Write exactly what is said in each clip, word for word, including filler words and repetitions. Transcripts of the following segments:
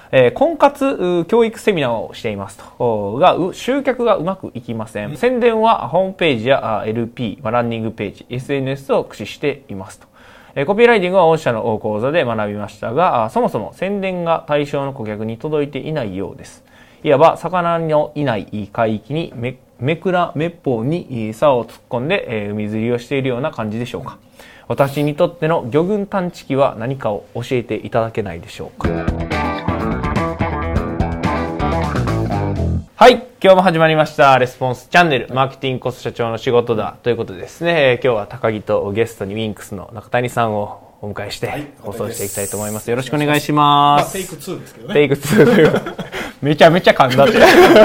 えー、婚活教育セミナーをしていますと。が、集客がうまくいきません。宣伝はホームページや エルピー、ランディングページ、エスエヌエス を駆使していますと。えー、コピーライティングは御社の講座で学びましたが、そもそも宣伝が対象の顧客に届いていないようです。いわば、魚のいない海域にめ、めくらめっぽうに竿を突っ込んで、えー、海釣りをしているような感じでしょうか。私にとっての魚群探知機は何かを教えていただけないでしょうか。はい。今日も始まりました。レスポンスチャンネル。マーケティングこそ社長の仕事だ。ということでですね、今日は高木とゲストにウィンクスの中谷さんをお迎えして放送していきたいと思います。よろしくお願いします。 まあ、テイクツーですけどね。 テイクツーという。めちゃめちゃ噛んだって。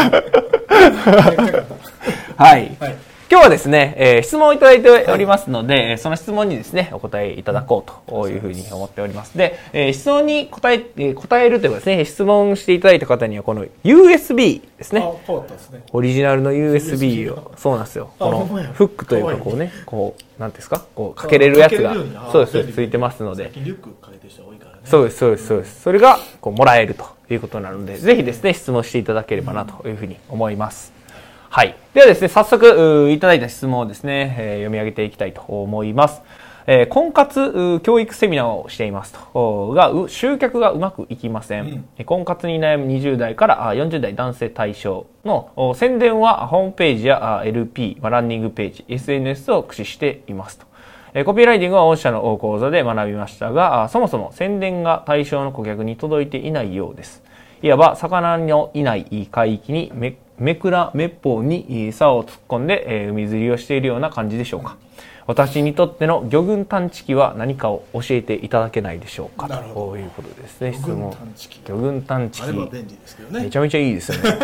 はい。はい、今日はですね、えー、質問をいただいておりますので、はい、その質問にですね、お答えいただこうというふうに思っております。で、えー、質問に答え、えー、答えるというかですね、質問していただいた方にはこの ユーエスビー ですね。 あ、変わったですね。 オリジナルの ユーエスビー を、そうなんですよ。このフックというかこうね、こう、なんですか、こうかけれるやつが、そうです、ついてますので。 最近リュックかけてる人多いからね。 そうです、そうです、そうです。それが、こう、もらえるということなので、ぜひですね、質問していただければなというふうに思います。はい。ではですね、早速、いただいた質問をですね、えー、読み上げていきたいと思います。えー、婚活教育セミナーをしていますと。が、集客がうまくいきません。うん、婚活に悩むにじゅう代からよんじゅう代男性対象の宣伝はホームページや エルピー、ランディングページ、エスエヌエス を駆使していますと。コピーライティングは御社の講座で学びましたが、そもそも宣伝が対象の顧客に届いていないようです。いわば、魚のいない海域にめ、めくらめっぽうに竿を突っ込んで、えー、海釣りをしているような感じでしょうか。私にとっての魚群探知機は何かを教えていただけないでしょうか。ということですね。質問。魚群探知機。 あれば便利ですけどね。 めちゃめちゃいいですよね。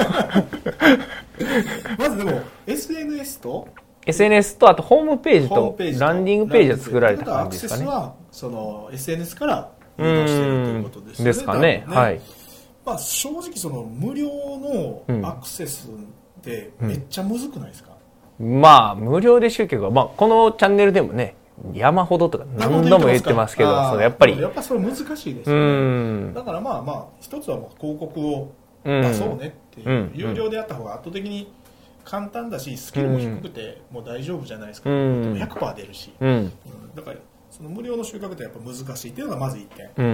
まずでも エスエヌエス とエスエヌエス とあとホームページとランディングページが作られた感じですかね。 アクセスはその エスエヌエス から移動しているということですよね。 ですかね。はい。 まあ正直その無料のアクセスってめっちゃむずくないですか？ うん、まあ無料で集客はまあこのチャンネルでもね山ほどとか何度も言ってますけど、そのやっぱりやっぱそれ難しいですよね。だからまあまあ一つはもう広告を出そうねっていう、うん、有料でやった方が圧倒的に簡単だしスキルも低くてもう大丈夫じゃないですか、うん、ひゃくパーセント 出るし、うんうん、だからその無料の集客ってやっぱ難しいっていうのがまずいってん、うん、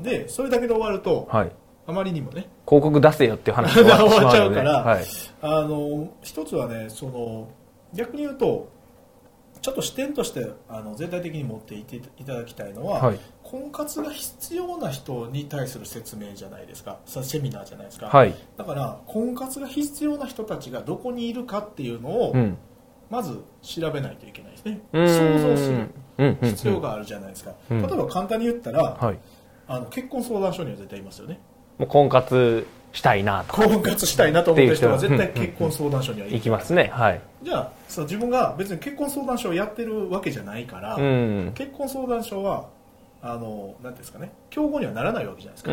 でそれだけで終わると、はい、あまりにもね広告出せよっていう話が終わっちゃうから、 はい、 あの一つはねその逆に言うとちょっと視点としてあの全体的に持っていていただきたいのは、はい、婚活が必要な人に対する説明じゃないですか、セミナーじゃないですか、はい、だから婚活が必要な人たちがどこにいるかっていうのを、うん、まず調べないといけないですね。想像する必要があるじゃないですか、うんうん、例えば簡単に言ったら、はい、あの結婚相談所には絶対いますよね。 もう婚活したいなと婚活したいなと思ってる人は絶対結婚相談所には行き行きますね。はい。 じゃあそう自分が別に結婚相談所をやってるわけじゃないから、うん、結婚相談所はあのなんていうんですかね競合にはならないわけじゃないですか、うん、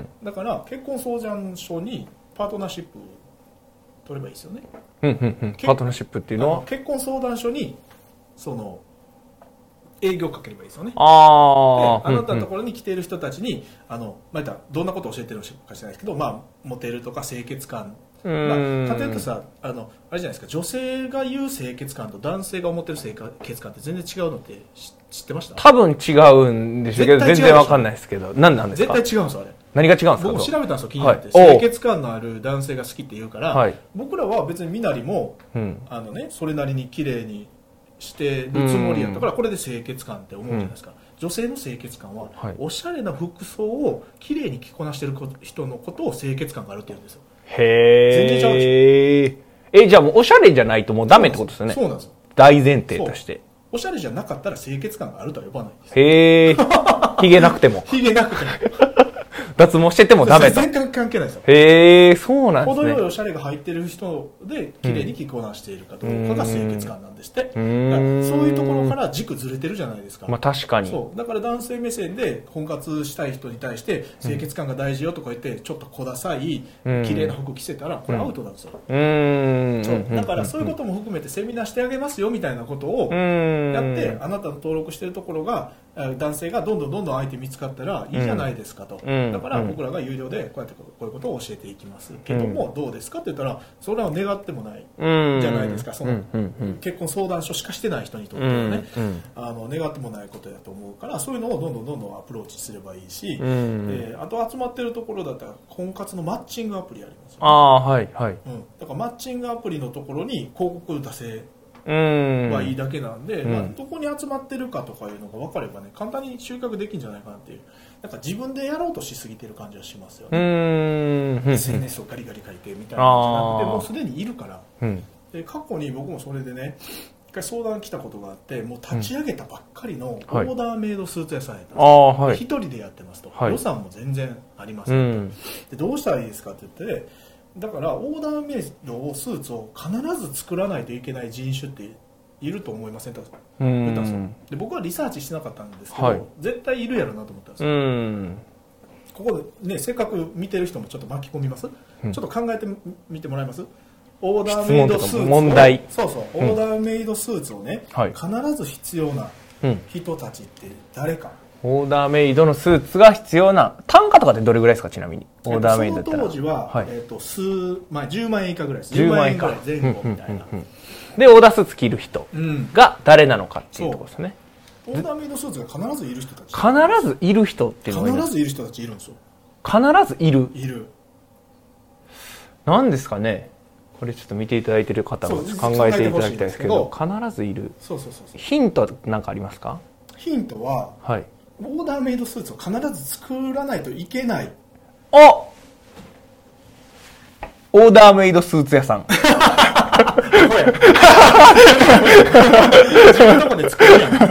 だから結婚相談所にパートナーシップ取ればいいですよね、 うんうんうん、パートナーシップっていうのは結婚相談所にその営業かければいいですよね。 ああなたのところに来ている人たちに、あのまあ、どんなことを教えてるのか知らないですけど、まあ、モテるとか清潔感、まあ、かというとさあのあれじゃないですか、女性が言う清潔感と男性が思ってる清潔感って全然違うのって知ってました？ 多分違うんでしょうけど全然わかんないですけど、何なんですか？ 絶対違うんですよあれ。 何が違うんですか？ 僕調べたんですよ、気になって、はい、清潔感のある男性が好きって言うから、はい、僕らは別に身なりも、うん、あのね、それなりに綺麗にしてるつもりやったからこれで清潔感って思うじゃないですか、うん、女性の清潔感は、はい、おしゃれな服装を綺麗に着こなしてる人のことを清潔感があるって言うんですよ。 へー、全然ちゃうでしょ。えじゃあもうおしゃれじゃないともうダメってことですよね。 そうなんですよ、 大前提として。 おしゃれじゃなかったら清潔感があるとは呼ばないんです。 へー、ひげなくてもひげなくても脱毛しててもダメと。 全然関係ないですよ。 へー、そうなんですね。 程よいおしゃれが入ってる人で綺麗に着こなしているかどうかが清潔感なんですって。うん、そういうところから軸ずれてるじゃないですか。 まあ確かに。 そうだから男性目線で婚活したい人に対して清潔感が大事よとか言ってちょっと小ダサい綺麗な服着せたらこれアウトなんですよ。うん、そうだからそういうことも含めてセミナーしてあげますよみたいなことをやって、あなたの登録してるところが男性がどんどんどんどん相手見つかったらいいじゃないですかと、うん、だから僕らが有料でこうやってこういうことを教えていきますけども、どうですかって言ったらそれは願ってもないじゃないですか。その結婚相談所しかしてない人にとってはね、あの願ってもないことだと思うから、そういうのをどんどんどんどんアプローチすればいいし、えー、あと集まってるところだったら婚活のマッチングアプリありますよね。 あ、はいはい、 うん、だからマッチングアプリのところに広告出せはいいだけなんで、うん、まあ、どこに集まってるかとかいうのが分かればね、簡単に集客できるんじゃないかなっていう、なんか自分でやろうとしすぎてる感じはしますよね。うん、エスエヌエス をガリガリ書いてみたいな感じじゃなくて、もうすでにいるから、うん、で過去に僕もそれでね一回相談来たことがあって、もう立ち上げたばっかりのオーダーメイドスーツ屋さんやったんですよ、はい、一人でやってますと、はい、予算も全然ありませんと、うん、でどうしたらいいですかって言って、だからオーダーメイドをスーツを必ず作らないといけない人種っていると思いませんと言ったんですよ。で僕はリサーチしてなかったんですけど、はい、絶対いるやろなと思ったんですよ。うんここで、ね、せっかく見てる人もちょっと巻き込みます、うん、ちょっと考えてみてもらえます。オーダーメイドスーツを問題そうそう、オーダーメイドスーツをね、うん、必ず必要な人たちって誰か、 うん、オーダーメイドのスーツが必要な単価とかってどれぐらいですか、ちなみに。オーダーメイドだったらその当時は、はい、えー、と数、まあ、じゅうまんえん以下ぐらいです。じゅうまんえんぐらい前後みたいな、うんうんうんうん、 でオーダースーツ着る人が誰なのかっていうところですね、 うん、オーダーメイドスーツが必ずいる人たち、 必ずいる人っていうのがいる、 必ずいる人たちいるんですよ。 必ずいるいるなんですかね。これちょっと見ていただいている方も考えていただきたいですけど、必ずいる。 そうそうそうそう。 ヒントなんかありますか？ ヒントは、はい、オーダーメイドスーツを必ず作らないといけない。 あ、オーダーメイドスーツ屋さん。 自分のとこで作るやん。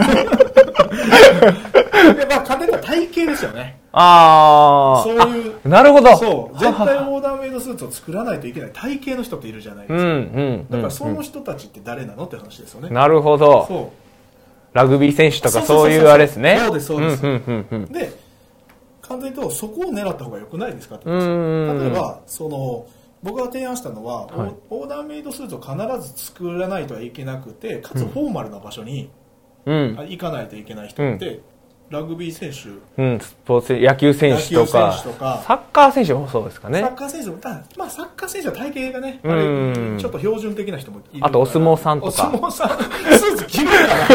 で、まあ、簡単に言ったら体型ですよね。 ああ、そういう。なるほど。 そう。絶対オーダーメイドスーツを作らないといけない体型の人っているじゃないですか。うんうん、だからその人たちって誰なのって話ですよね。 なるほど。そう。ラグビー選手とかそういうあれですね。 そうです、そうです。で、完全に言うとそこを狙った方が良くないですかって。例えば、その、僕が提案したのは、はい、オーダーメイドスーツを必ず作らないとはいけなくて、かつフォーマルな場所に行かないといけない人って、うん、ラグビー選手、 うん、スポーツ野球選手とか、とかサッカー選手もそうですかね。 サッカー選手も、まあサッカー選手は体型がね、あれちょっと標準的な人もいる。 あとお相撲さんとか。お相撲さん、スーツ着る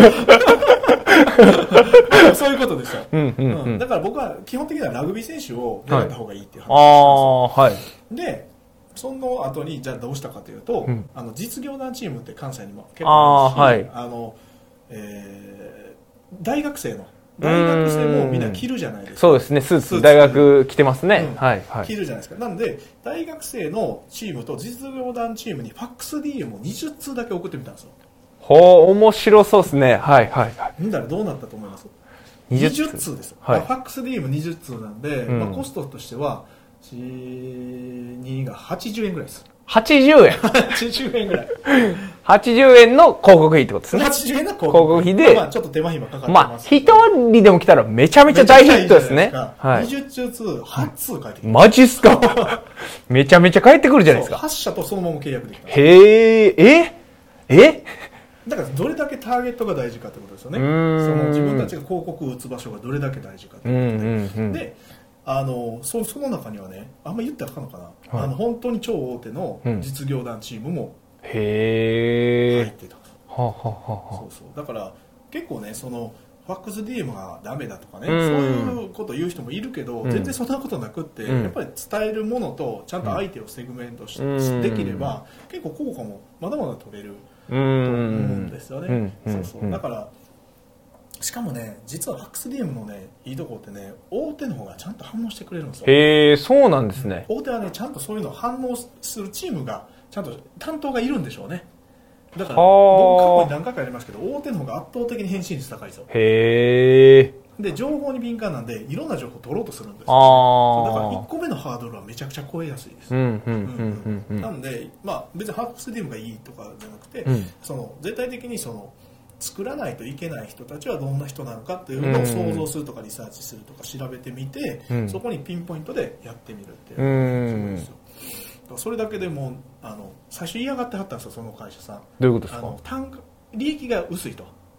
からそういうことですよ、うんうんうんうん。だから僕は基本的にはラグビー選手を狙った方がいいっていう話をしたんですよ。はい、で、その後にじゃあどうしたかというと、うん、あの実業団チームって関西にも結構あるし、あ、はい、あの、えー、大学生の大学生もみんな着るじゃないですか。 そうですね、スーツ大学着てますね、うん、はいはい、 着るじゃないですか。なので大学生のチームと実業団チームにファックス ディーエム をにじゅっつうだけ送ってみたんですよ。 ほう、面白そうですね。はいはいはい。 みんなどうなったと思います？にじゅっつうです、はい、ファックス ディーエムにじゅっつうなんで、うん、まあ、コストとしてはにがはちじゅうえんぐらいです。 はちじゅうえんはちじゅうえんぐらいはちじゅうえんの広告費ってことですね。 はちじゅうえんの広告費で、 まあちょっと手間暇かかってます。 まあ一人でも来たらめちゃめちゃ大ヒットですね。 はい。にじゅっつうはちつう返ってきて、 マジっすか。めちゃめちゃ返ってくるじゃないですか。 はっしゃとそのまま契約できた。 へえ、ええだからどれだけターゲットが大事かってことですよね。その自分たちが広告を打つ場所がどれだけ大事かっていうことで。で、あの そ, その中にはね、あんま言ってあかんのかな、はい、あの本当に超大手の実業団チームも入ってた、うん、はあはあはあ、そうそう。だから結構ね、そのファックス ディーエム がダメだとかね、うん、そういうこと言う人もいるけど、うん、全然そんなことなくって、うん、やっぱり伝えるものとちゃんと相手をセグメントし、うん、できれば結構効果もまだまだ取れると思うんですよね、うん、そうそう。だからしかもね、実はファックス ディーエム のね、いいとこってね、大手の方がちゃんと反応してくれるんですよ。 へえ、そうなんですね。 大手はね、ちゃんとそういうのを反応するチームが、ちゃんと担当がいるんでしょうね。だから僕過去に何回かやりますけど、大手の方が圧倒的に返信率高いですよ。へえ。で、情報に敏感なんで、いろんな情報を取ろうとするんですよ、ね。だからいっこめのハードルはめちゃくちゃ超えやすいです。なんで、まあ別にファックス ディーエム がいいとかじゃなくて、うん、その絶対的にその作らないといけない人たちはどんな人なのかっていうのを想像するとかリサーチするとか調べてみて、うん、そこにピンポイントでやってみるっていうですよ。だからそれだけでもあの最初嫌がってはったんですよ、その会社さん。 どういうことですか？ あの単価利益が薄いと。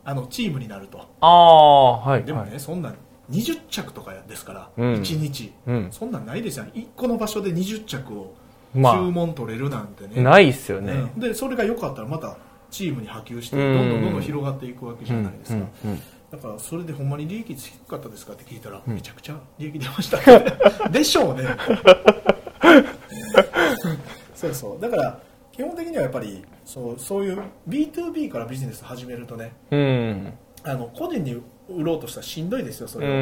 あのチームになると。 ああ、はい。 でもね、 はい、 そんなにじゅっちゃくとかですから、 うん、 いちにち、うん、そんなんないですよ。いっこの場所でにじゅっちゃくを注文取れるなんてね。 まあ、ないっすよね、 うん。で、それが良かったらまたチームに波及して、どんどんどんどん広がっていくわけじゃないですか。うんうんうん、だからそれでほんまに利益率低かったですかって聞いたら、うん、めちゃくちゃ利益出ましたでしょうねそうそう。だから基本的にはやっぱりそうそういう ビーツービー からビジネス始めるとね、うん、あの個人に売ろうとしたらしんどいですよそれを、うん、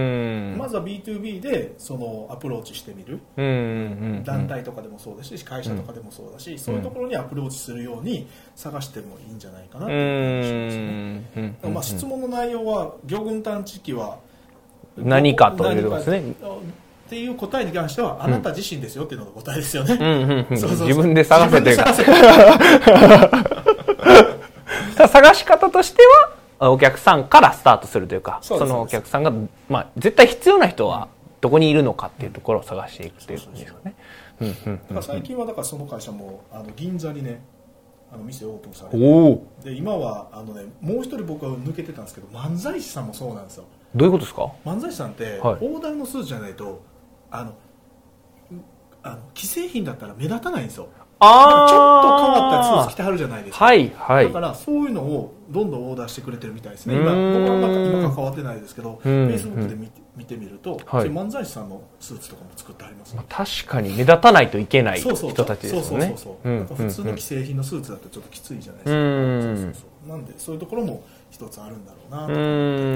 まずは ビーツービー でそのアプローチしてみる、うん、団体とかでもそうですし会社とかでもそうだし、うん、そういうところにアプローチするように探してもいいんじゃないかなという気がしますね、うん、まあ、質問の内容は魚群探知機は何かということですねっていう答えに関してはあなた自身ですよっていうのが答えですよね、 うんうんうん、そうそうそう、自分で探せというか探し方としてはお客さんからスタートするというか、そのお客さんが、まあ、絶対必要な人はどこにいるのかっていうところを探していくっていうんですかね。 最近はだからその会社もあの銀座にねあの店オープンされて、で今はあの、ね、もう一人僕は抜けてたんですけど漫才師さんもそうなんですよ。 どういうことですか？ 漫才師さんって、はい、オーダーのスーツじゃないとあのあの既製品だったら目立たないんですよ。あちょっと変わったスーツ着てはるじゃないですか、 はいはい、 だからそういうのをどんどんオーダーしてくれてるみたいですね。今僕は今関わってないですけど、フェイスブックで見て、見てみると、はい、漫才師さんのスーツとかも作ってあります、ね、 まあ、確かに目立たないといけない人たちですよね。 普通の既製品のスーツだとちょっときついじゃないですか。そうそうそう、なんでそういうところも一つあるんだろうなと思って。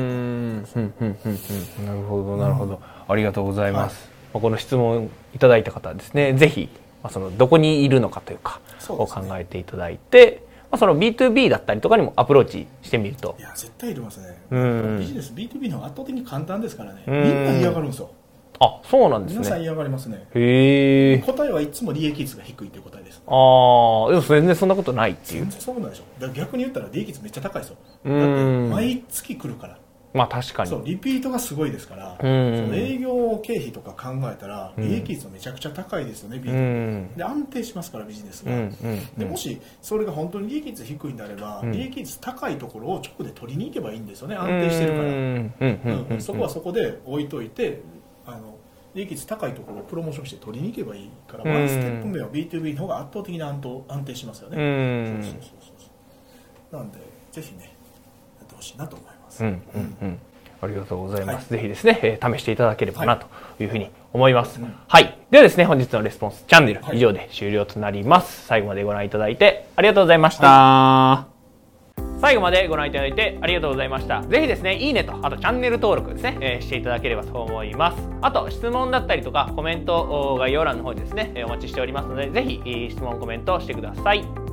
うん、なるほどなるほど、うん、ありがとうございます、はい、この質問いただいた方はですね、ぜひそのどこにいるのかというかを考えていただいて、まあ、その ビーツービー だったりとかにもアプローチしてみると。 いや絶対いりますね、うん、ビジネス ビーツービー の方が圧倒的に簡単ですからね。みんな嫌がるんですよ。あ、そうなんですね。皆さん嫌がりますね。へえ。答えはいつも利益率が低いという答えです。 ああ、でも全然そんなことないっていう。 全然そんなことないでしょ。だから逆に言ったら利益率めっちゃ高いですよ。だって毎月来るから。 まあ確かに。 そう、リピートがすごいですから、その営業経費とか考えたら利益率はめちゃくちゃ高いですよね、ビジネス。で安定しますからビジネスが。でもしそれが本当に利益率低いんであれば、利益率高いところを直で取りに行けばいいんですよね。安定してるから。そこはそこで置いといて、あの利益率高いところをプロモーションして取りに行けばいいから、ワンステップ目は ビーツービー の方が圧倒的に安定しますよね。そうそうそうそう。なんでぜひねやってほしいなと思います。うんうんうん、ありがとうございます、はい、ぜひですね、えー、試していただければなというふうに思います、はい、はい、ではですね本日のレスポンスチャンネル以上で終了となります、はい、最後までご覧いただいてありがとうございました、はい、最後までご覧いただいてありがとうございました。ぜひですねいいねとあとチャンネル登録ですね、えー、していただければと思います。あと質問だったりとかコメント概要欄の方にですねお待ちしておりますので、ぜひ質問コメントしてください。